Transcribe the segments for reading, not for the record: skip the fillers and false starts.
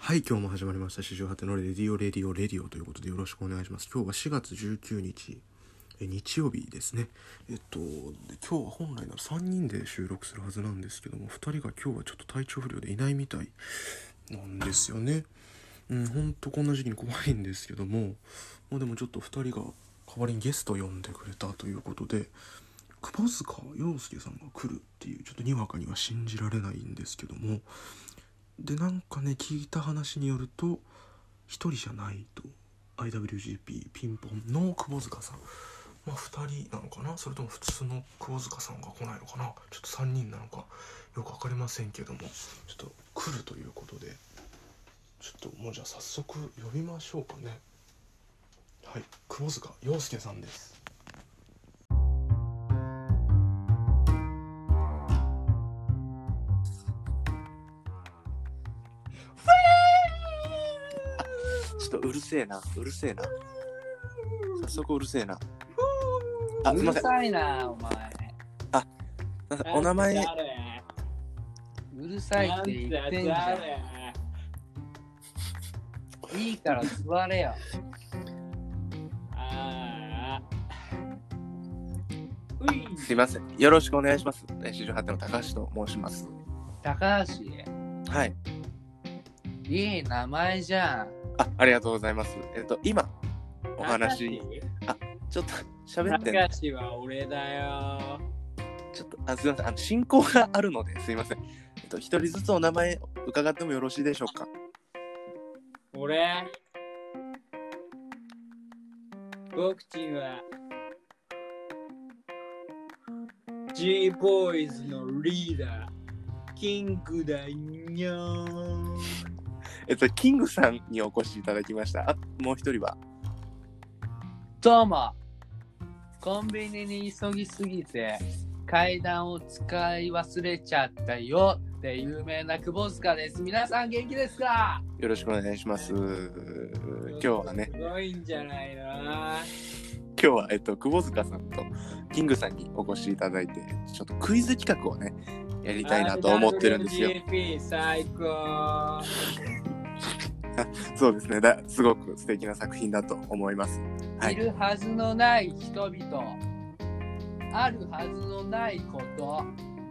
はい、今日も始まりました史上初のレディオレディオレディオということでよろしくお願いします。今日は4月19日日曜日ですね。今日は本来なら3人で収録するはずなんですけども、2人が今日はちょっと体調不良でいないみたいなんですよね。ほんとこんな時期に怖いんですけども、でもちょっと2人が代わりにゲスト呼んでくれたということで、窪塚洋介さんが来るっていう、ちょっとにわかには信じられないんですけども、でなんかね、聞いた話によると一人じゃないと、 IWGP ピンポンの窪塚さん、2人なのかな、それとも普通の窪塚さんが来ないのかな、ちょっと3人なのかよく分かりませんけども、ちょっと来るということで、ちょっともうじゃあ早速呼びましょうかね。はい、窪塚洋介さんです。ちょっとうるせえな早速うるせえな。 うるさいなお前。 お名前うるさいって言ってんじゃん。いいから座れよ。 すいません、よろしくお願いします。史上初の高橋と申します。 高橋、 はい、 いい名前じゃん。 ありがとうございます。今お話ちょっと喋って高橋は俺だよ。 ちょっとすいません、進行があるのですいません。一人ずつお名前伺ってもよろしいでしょうか。 僕ちんは G ボーイズのリーダーキングだよ。 キングさんにお越しいただきました。もう一人はどうも、コンビニに急ぎすぎて階段を使い忘れちゃったよって有名な窪塚です。皆さん元気ですか？ よろしくお願いします。今日はね、 すごいんじゃないの？ 今日は窪塚さんとキングさんにお越しいただいて、ちょっとクイズ企画をねやりたいなと思ってるんですよ。 GP 最高。 そうですね、すごく素敵な作品だと思います。はい、 いるはずのない人々、あるはずのないこと。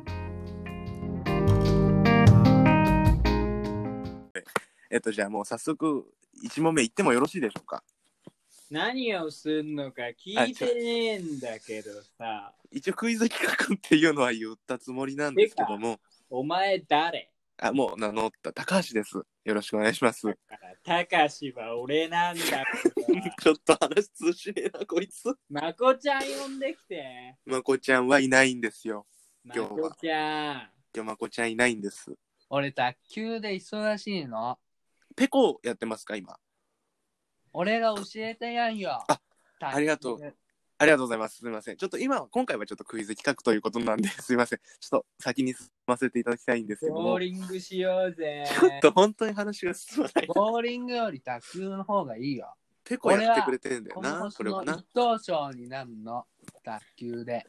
じゃあもう早速1問目いってもよろしいでしょうか。 何をすんのか聞いてねえんだけどさ。 一応クイズ企画っていうのは言ったつもりなんですけども。 お前誰？ もう名乗った高橋です。よろしくお願いします。 高橋は俺なんだちょっと話通じねえなこいつ。 まこちゃん呼んできて。 まこちゃんはいないんですよ。今日は。 まこちゃん。 今日まこちゃんいないんです。 俺卓球で忙しいの。 ペコやってますか今？ 俺が教えてやんよ。 ありがとうございます。すみません。ちょっと今回はちょっとクイズ企画ということなんですいません。ちょっと先に進ませていただきたいんですけども。 ボーリングしようぜ。 ちょっと本当に話が進まない。 ボーリングより卓球の方がいいよ。 ペコやってくれてるんだよな。 これはな。一等賞になるの。卓球で。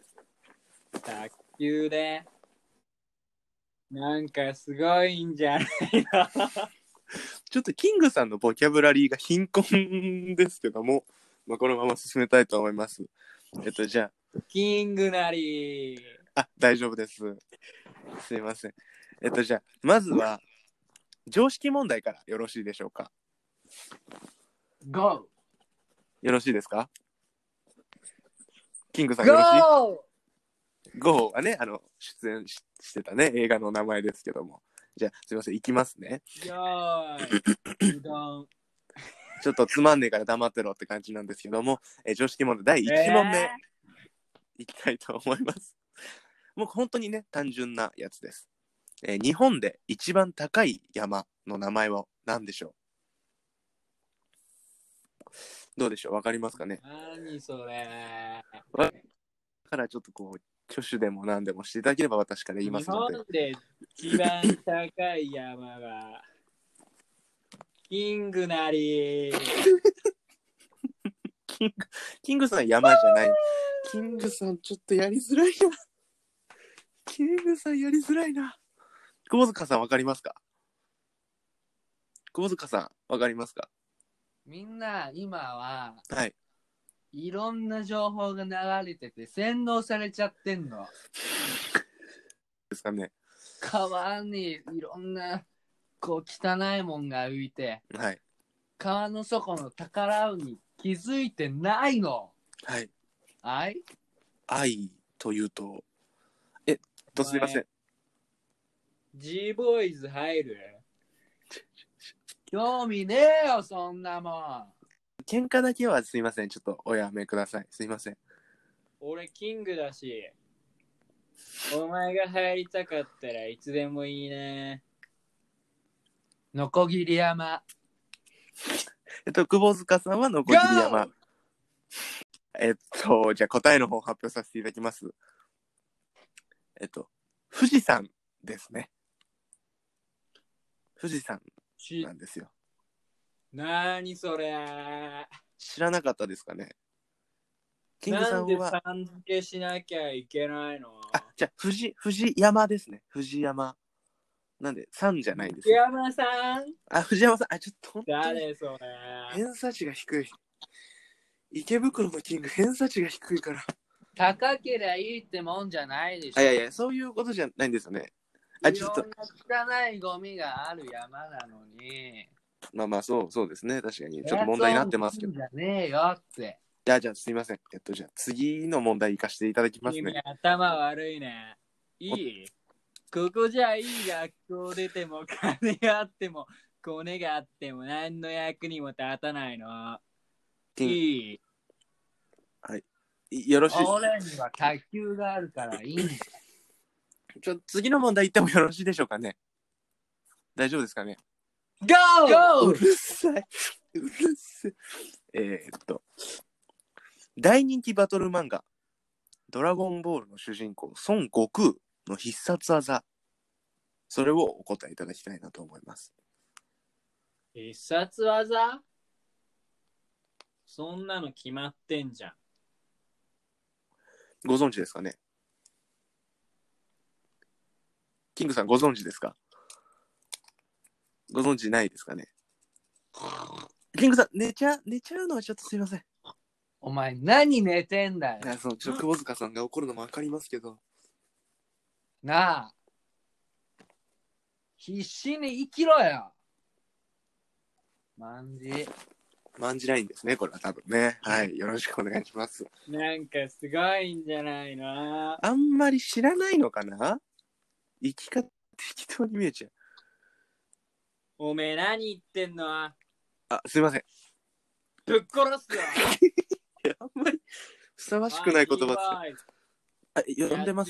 なんかすごいんじゃないの。 ちょっとキングさんのボキャブラリーが貧困ですけども、このまま進めたいと思います。じゃあ。 キングなり。 大丈夫です。すいません。じゃあ、まずは、常識問題からよろしいでしょうか。 GO! よろしいですか？キングさんよろしい？ GO! はね、出演してたね、映画の名前ですけども。じゃあ、すいません、いきますね。 よーい。うどん。 ちょっとつまんねえから黙ってろって感じなんですけども、常識問題第1問目、いきたいと思います。もう本当にね、単純なやつです。日本で一番高い山の名前は何でしょう？どうでしょう？わかりますかね？ 何それ。 だからちょっと挙手でも何でもしていただければ私から言いますので。 日本で一番高い山はキングなり。 キングさん山じゃない。キングさんちょっとやりづらいな。キングさんやりづらいな。窪塚さんわかりますか？ 窪塚さん、わかりますか？ みんな今ははい。 いろんな情報が流れてて洗脳されちゃってんの。 ですかね。 川にいろんなこう汚いもんが浮いて、 はい。 川の底の宝に気づいてないの。 はい。 はい。 愛というと、すいません。 G ボーイズ入る？興味ねえよ、そんなもん。 喧嘩だけはすいません。ちょっとおやめください。すいません。 俺キングだし、お前が入りたかったらいつでもいいね。のこぎり山。 窪塚さんはのこぎり山。じゃあ答えの方発表させていただきます。富士山ですね。富士山なんですよ。 なーにそれ。 知らなかったですかね。キングさんは。 なんでさん付けしなきゃいけないの？ じゃあ富士山ですね。富士山。なんで山じゃないんです藤よ。 山さん？ 藤山さん。ちょっと誰それ。 偏差値が低い。池袋のキング偏差値が低いから。 高けりゃいいってもんじゃないでしょ。 いやいや、そういうことじゃないんですよね。 いろんな汚いゴミがある山なのに。 まあそうですね。確かにちょっと問題になってますけど。 じゃねえよって。 じゃあすいません。じゃあ次の問題行かせていただきますね。 君頭悪いね。いい？ここじゃいい学校出ても金があってもコネがあっても何の役にも立たないの。いい？ はい。よろしい。 俺には卓球があるからいいんだ。 次の問題行ってもよろしいでしょうかね。大丈夫ですかね。 ゴー！ うるさい。うるさい。大人気バトル漫画ドラゴンボールの主人公孫悟空の必殺技、それをお答えいただきたいなと思います。 必殺技？そんなの決まってんじゃん。 ご存知ですかね。キングさんご存知ですか？ご存知ないですかね。キングさん寝ちゃうのはちょっとすいません。 お前何寝てんだよ。 窪塚さんが怒るのもわかりますけど。 なあ。必死に生きろよ。 まんじないんですね、これは多分ね。はい、よろしくお願いします。 なんかすごいんじゃないの？ あんまり知らないのかな？生き方適当に見えちゃう。 おめえ何言ってんの？ すいません。 ぶっ殺すよ。 いや、あんまりふさわしくない言葉です。呼んでます？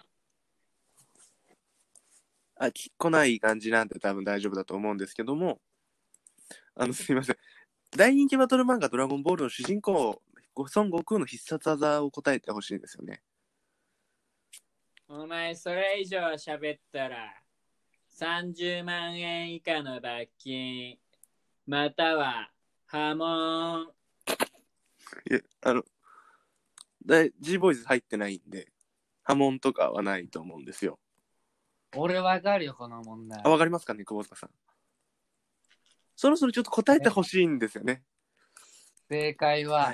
来ない感じなんで多分大丈夫だと思うんですけども、すいません。大人気バトル漫画ドラゴンボールの主人公、孫悟空の必殺技を答えてほしいんですよね。 お前それ以上喋ったら30万円以下の罰金、または破門。 いや、G ボーイズ入ってないんで、波紋とかはないと思うんですよ。 俺わかるよ、この問題。 わかりますかね、久保田さん。そろそろちょっと答えてほしいんですよね。 正解は、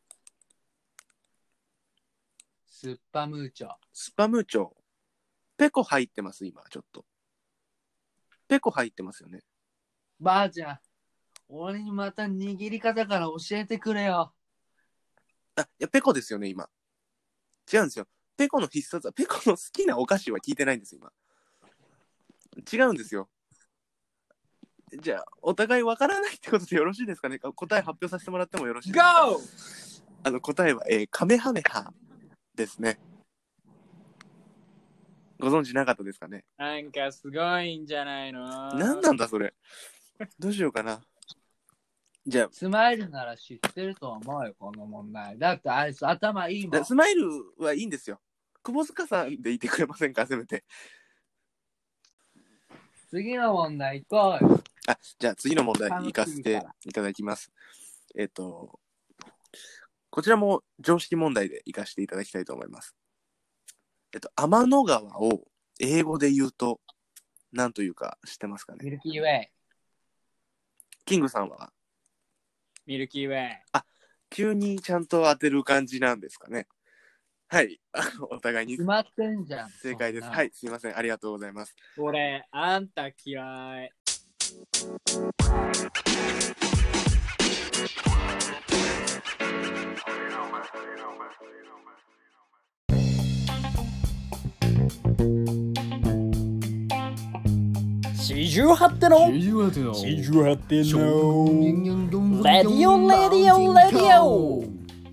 スッパムーチョ。 スパムーチョ。ペコ入ってます、今、ちょっと。ペコ入ってますよね。 ばあちゃん、俺にまた握り方から教えてくれよ。 いや、ペコですよね、今。違うんですよ。ペコの必殺は、ペコの好きなお菓子は聞いてないんです、今。違うんですよ。じゃあ、お互いわからないってことでよろしいですかね。答え発表させてもらってもよろしいですか。 GO！ 答えは、カメハメハですね。ご存知なかったですかね。 なんかすごいんじゃないの？ なんなんだそれ。どうしようかな。じゃあ、 スマイルなら知ってると思うよ、この問題。だってあいつ頭いいもん。 スマイルはいいんですよ。窪塚さんでいてくれませんか、せめて。 次の問題行こうよ。 じゃあ次の問題行かせていただきます。こちらも常識問題で行かせていただきたいと思います。天の川を英語で言うと何というか知ってますかね。 ミルキーウェイ。 キングさんはミルキーウェイ。 急にちゃんと当てる感じなんですかね。はい。お互いに決まってんじゃん。 正解です。 そんなはい。すいません。ありがとうございます。 俺、あんた嫌い。 四十八手の四十八手のレディオレディオレディオ。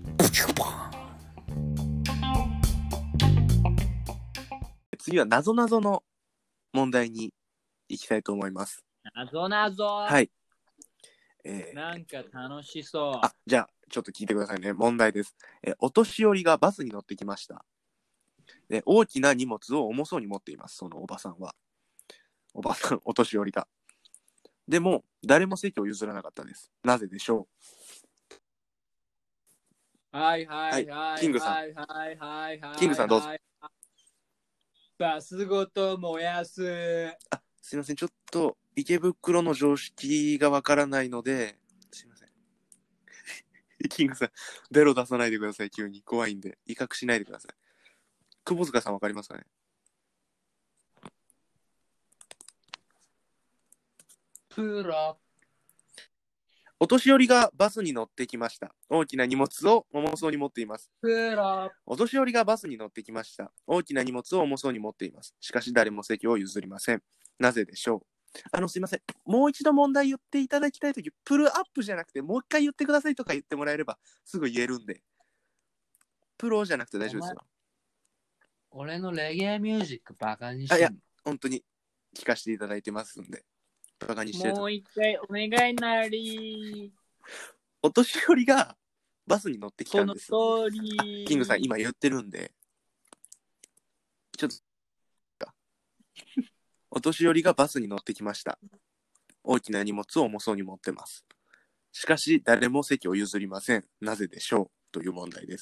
次はなぞなぞの問題に行きたいと思います。 なぞなぞ。 はい。 なんか楽しそう。 じゃあちょっと聞いてくださいね。問題です。お年寄りがバスに乗ってきました。で、大きな荷物を重そうに持っています。そのおばさんは。お年寄りが。でも、誰も席を譲らなかったです。なぜでしょはいはいはい。 キングさんはいはいはいはい。 キングさんどうぞ。 バスごと燃やす。 すいません。ちょっと池袋の常識がわからないので、すいません。キングさん、ベロ出さないでください。急に。怖いんで。威嚇しないでください。窪塚さんわかりますかね？ プロ。 お年寄りがバスに乗ってきました。大きな荷物を重そうに持っています。 プロ。 お年寄りがバスに乗ってきました。大きな荷物を重そうに持っています。しかし誰も席を譲りません。なぜでしょう？すいません。もう一度問題言っていただきたいとき、プルアップじゃなくて、もう一回言ってくださいとか言ってもらえれば、すぐ言えるんで。プロじゃなくて大丈夫ですよ。 俺のレゲエミュージックバカにしてんの？ いや、本当に聞かせていただいてますんで。バカにしてると。 もう一回お願いなり。 お年寄りがバスに乗ってきたんです。 この通り。 キングさん、今言ってるんで。ちょっと。お年寄りがバスに乗ってきました。大きな荷物を重そうに持ってます。しかし、誰も席を譲りません。なぜでしょう？という問題です。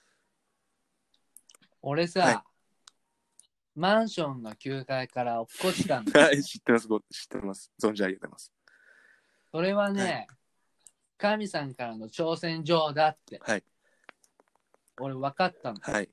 俺さ、 はい、 マンションの9階から落っこちたんだ。 はい、知ってます。知ってます。存じ上げてます。 それはね、 はい、 神さんからの挑戦状だって。 はい。 俺分かったの。 はい。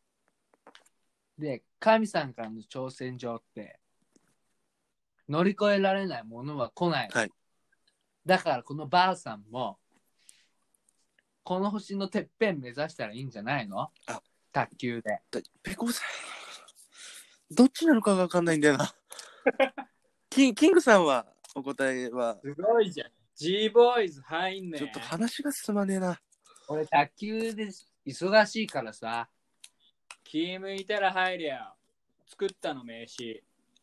で、神さんからの挑戦状って、乗り越えられないものは来ない。 はい。 だからこのばあさんも、この星のてっぺん目指したらいいんじゃないの？卓球で。 ペコさん、どっちなのかが分かんないんだよな。キングさんは、お答えは。 すごいじゃん。G ボーイズ入んね。 ちょっと話が進まねえな。 俺卓球で忙しいからさ。気向いたら入れよ。作ったの名刺。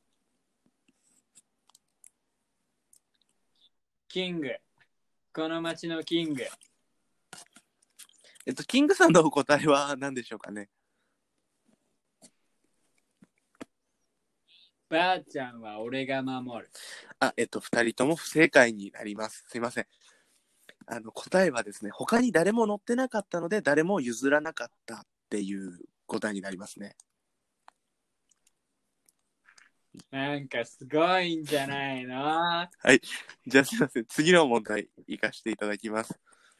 キング。この町のキング。 キングさんのお答えは何でしょうかね。 ばあちゃんは俺が守る。 二人とも不正解になります。すいません。答えはですね、他に誰も乗ってなかったので、誰も譲らなかったっていう答えになりますね。 なんかすごいんじゃないの？ はい。じゃあすいません。次の問題、行かせていただきます。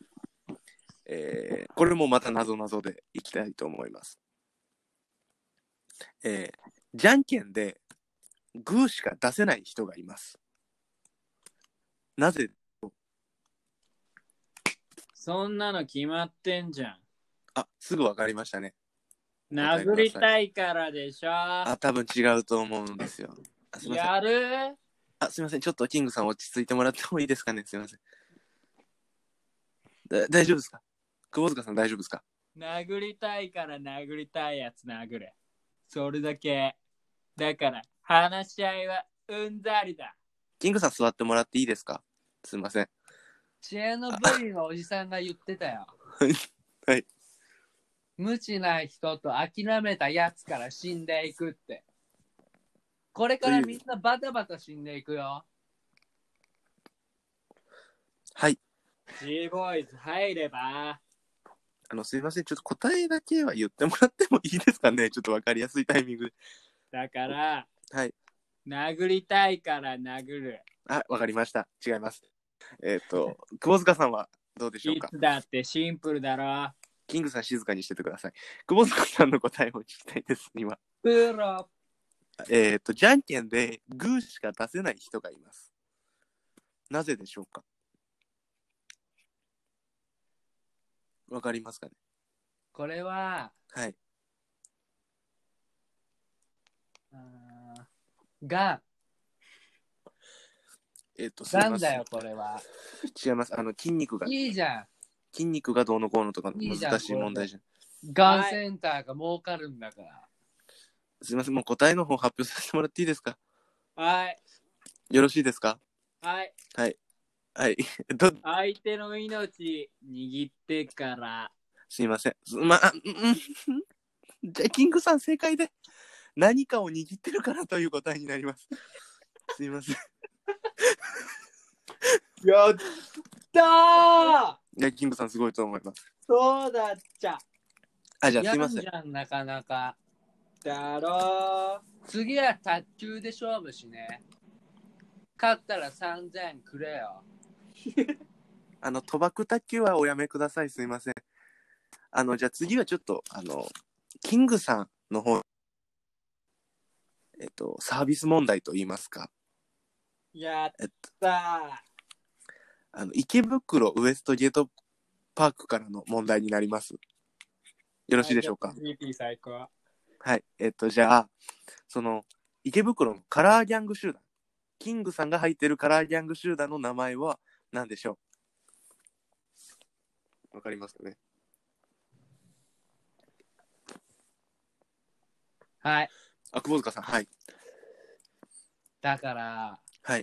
これもまた謎々でいきたいと思います。じゃんけんでグーしか出せない人がいます。なぜ？ そんなの決まってんじゃん。 すぐ分かりましたね。 殴りたいからでしょ。 多分違うと思うんですよ。すいません。 やる？ すいません。ちょっとキングさん落ち着いてもらってもいいですかね。すいません。大丈夫ですか？窪塚さん大丈夫ですか？ 殴りたいから殴りたいやつ殴れ。それだけ。だから話し合いはうんざりだ。 キングさん座ってもらっていいですか？すいません。 知恵のブリのおじさんが言ってたよ。 はい。 無知な人と諦めたやつから死んでいくって。これからみんなバタバタ死んでいくよ。 はい。 G ボーイズ入れば。 すいません。ちょっと答えだけは言ってもらってもいいですかね。ちょっと分かりやすいタイミングで。 だから、 はい。 殴りたいから殴る。 分かりました。違います。 久保塚さんはどうでしょうか。 いつだってシンプルだろ。 キングさん静かにしててください。久保塚さんの答えを聞きたいです、今。 プロ。 じゃんけんでグーしか出せない人がいます。なぜでしょうか。わかりますかね。 これは、 はい。 ガすいません。 ンだよ、これは。 違います。筋肉がいいじゃん。 筋肉がどうのこうのとかいいじゃん難しい問題じゃん。 ガンセンターが儲かるんだから。 すいません。もう答えの方発表させてもらっていいですか。 はい。 よろしいですか。 はい。 はいはい相手の命握ってから。 すいません。じゃあキングさん正解で何かを握ってるからという答えになります。すいません。 やったー。 いやキングさんすごいと思います。 そうだっちゃ。 じゃあすいません。 やんじゃん、なかなか。 だろー。 次は卓球で勝負しね。勝ったら3000くれよ。 賭博卓球はおやめください。すいません。じゃあ次はちょっとキングさんの方サービス問題と言いますか。 やったー。池袋ウエストゲートパークからの問題になります。よろしいでしょうか。 GP 最高。 はい。じゃあ、その、池袋のカラーギャング集団。キングさんが入ってるカラーギャング集団の名前は何でしょう。わかりますかね。 はい。 久保塚さん。はい。 だから、 はい。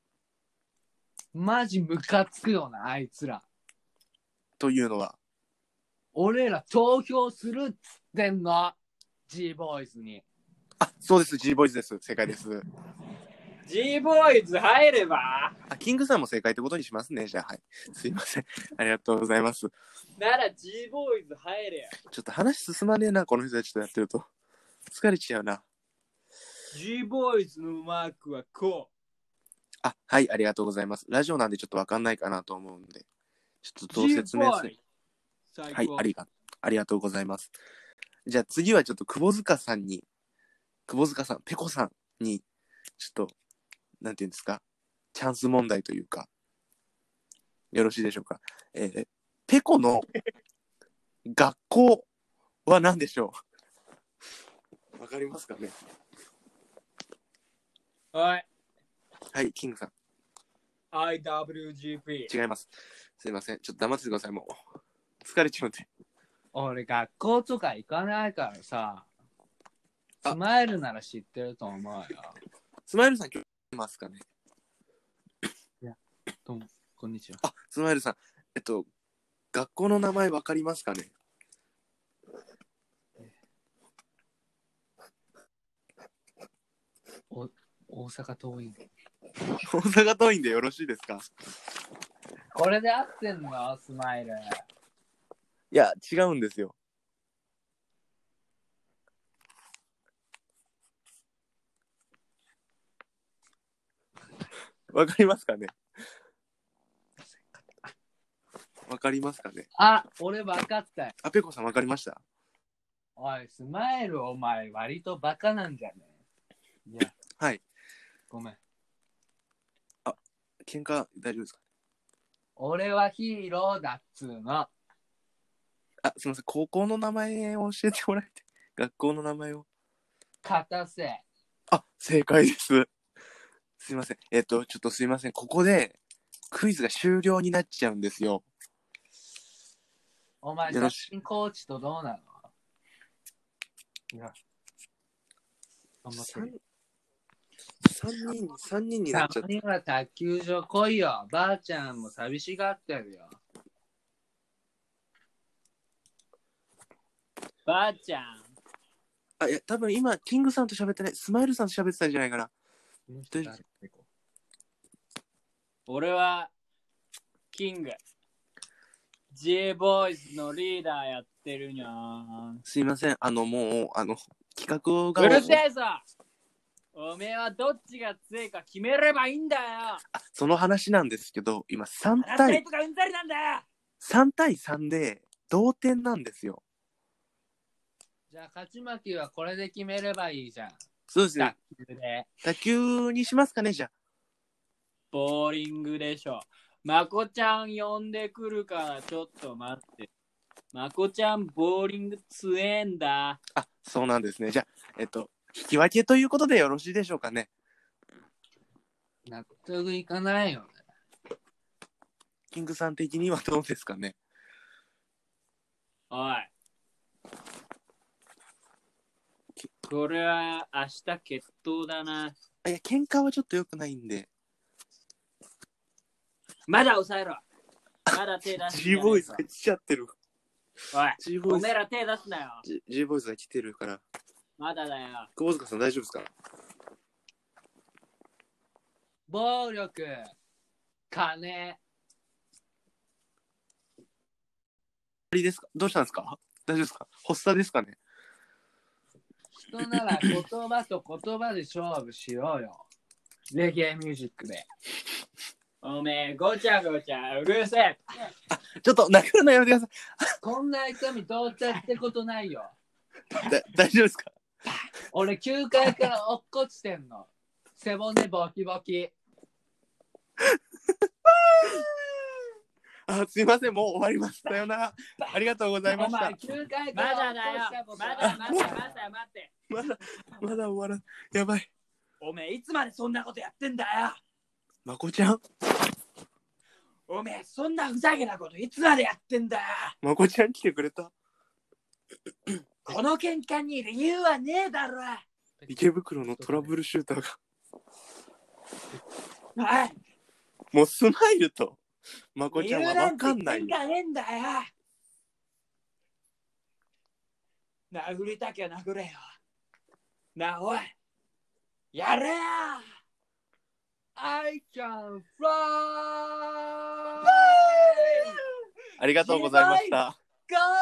マジムカつくよな、あいつら。 というのは。 俺ら投票するっつってんの。G ボーイズに。 そうです。G ボーイズです。正解です。 G ボーイズ入ればキングさんも正解ってことにしますね。じゃあ、はい。すいません。ありがとうございます。 なら G ボーイズ入れよ。 ちょっと話進まねえな、この人たちとやってると。疲れちゃうな。 G ボーイズのマークはこう。 はい、ありがとうございます。ラジオなんでちょっとわかんないかなと思うんで、ちょっとどう説明する。はい、ありがとうございます。じゃあ次はちょっと久保塚さん、ペコさんに、ちょっと、なんていうんですか、チャンス問題というか、よろしいでしょうか。ペコの学校は何でしょう。わかりますかね。 はい。 はい、キングさん。 IWGP。 違います。すいません。ちょっと黙っててください、もう。疲れちゃうんで。 俺学校とか行かないからさ。スマイルなら知ってると思うよ。 スマイルさん今日いますかね。 どうも、こんにちは。 スマイルさん。学校の名前わかりますかね。 大阪桐蔭。 大阪桐蔭でよろしいですか。 これで合ってんのスマイル。 いや、違うんですよ。わかりますかね。わかりますかね。 俺わかったよ。 ペコさんわかりました。 おい、スマイルお前割とバカなんじゃねえ。いや、 はい。 ごめん。 喧嘩大丈夫ですか。 俺はヒーローだっつうの。 すみません。高校の名前を教えてもらえて。学校の名前を。 片瀬。 正解です。すいません。ちょっとすいません。ここでクイズが終了になっちゃうんですよ。 お前、最近コーチとどうなの。いや、頑張ってる。 3人になっちゃった。 3人は卓球場来いよ。ばあちゃんも寂しがってるよ。 ばあちゃん。 いや、多分今、キングさんと喋ってない。スマイルさんと喋ってたんじゃないかな。 俺は、キング。J ボーイズのリーダーやってるにゃー。 すいません。もう、企画が。 うるせえぞ。 おめえはどっちが強いか決めればいいんだよ。 その話なんですけど、今3 争い対とかうんざりなんだよ。 3対3で同点なんですよ。 じゃあ勝ち負けはこれで決めればいいじゃん。 そうですね。 卓球で。 卓球にしますかね、じゃあ。 ボーリングでしょ。まこちゃん呼んでくるからちょっと待って。まこちゃんボーリング強えんだ。 あ、そうなんですね。じゃあ、引き分けということでよろしいでしょうかね。 納得いかないよね。 キングさん的にはどうですかね。 おい。これは明日決闘だな。 いや、喧嘩はちょっと良くないんで。 まだ抑えろ。まだ手出す。 G ボーイズが来ちゃってる。 おい、 G ボーイズおめえら手出すなよ。 G ボーイズが来てるから。 まだだよ。 久保塚さん大丈夫ですか？ 暴力、金。 あれですか？どうしたんですか？大丈夫ですか？発作ですかね？ 人なら言葉と言葉で勝負しようよ。レゲエミュージックで。 おめえ、ごちゃごちゃうるせえ。 ちょっと殴るのやめてくだこんな痛み到達ってことないよ。 さい。大丈夫ですか？ 俺9階から落っこちてんの。背骨ボキボキ。 すいません、もう終わります。さよなら。ありがとうございまお前した。 9階かまらだだよ落っこした。ことまあるだ待って待って待って。 まだ終わらん。やばい。 おめえ、いつまでそんなことやってんだよ。 まこちゃん。 おめえ、そんなふざけなこといつまでやってんだよ。 まこちゃん来てくれた。 この喧嘩に理由はねえだろ。 池袋のトラブルシューターが。 おい、 もうスマイルとまこ理ちゃんは分由なんてかんないよ。 言ってんじゃねえんだよ。殴りたきゃ殴れよ。なあ、おい、やれよ。 I can fly! ありがとうございました。 ゴー